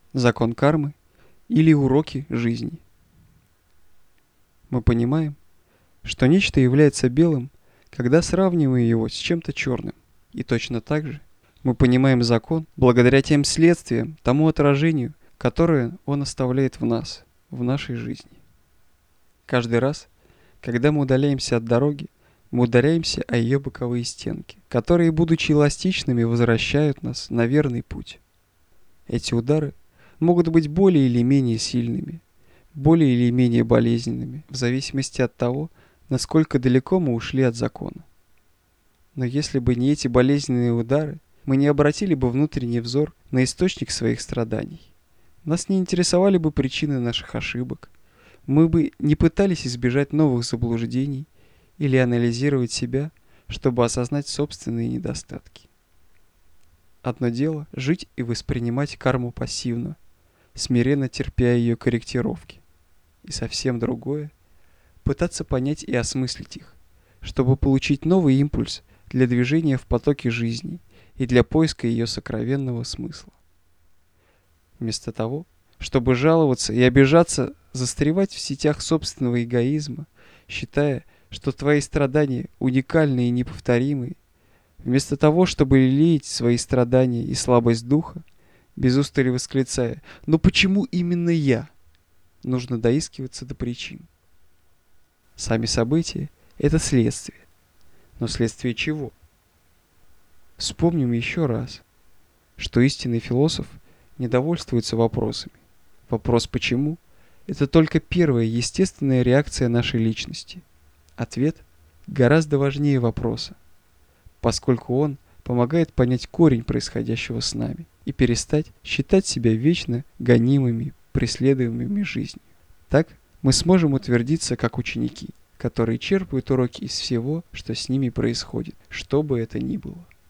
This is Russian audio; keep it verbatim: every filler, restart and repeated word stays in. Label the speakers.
Speaker 1: закон кармы или уроки жизни. Мы понимаем, что нечто является белым, когда сравниваем его с чем-то черным. И точно так же мы понимаем закон благодаря тем следствиям, тому отражению, которое он оставляет в нас, в нашей жизни. Каждый раз, когда мы удаляемся от дороги, мы ударяемся о ее боковые стенки, которые, будучи эластичными, возвращают нас на верный путь. Эти удары могут быть более или менее сильными, более или менее болезненными, в зависимости от того, насколько далеко мы ушли от закона. Но если бы не эти болезненные удары, мы не обратили бы внутренний взор на источник своих страданий. Нас не интересовали бы причины наших ошибок. Мы бы не пытались избежать новых заблуждений или анализировать себя, чтобы осознать собственные недостатки. Одно дело – жить и воспринимать карму пассивно, смиренно терпя ее корректировки. И совсем другое – пытаться понять и осмыслить их, чтобы получить новый импульс для движения в потоке жизни и для поиска ее сокровенного смысла. Вместо того, чтобы жаловаться и обижаться, застревать в сетях собственного эгоизма, считая, что твои страдания уникальны и неповторимы, вместо того, чтобы лелеять свои страдания и слабость духа, без устали восклицая: «Но почему именно я?» Нужно доискиваться до причин. Сами события – это следствие. Но следствие чего? Вспомним еще раз, что истинный философ не довольствуется вопросами. Вопрос «почему?» – это только первая естественная реакция нашей личности. Ответ гораздо важнее вопроса, поскольку он помогает понять корень происходящего с нами и перестать считать себя вечно гонимыми, преследуемыми жизнью. Так мы сможем утвердиться как ученики, которые черпают уроки из всего, что с ними происходит, что бы это ни было.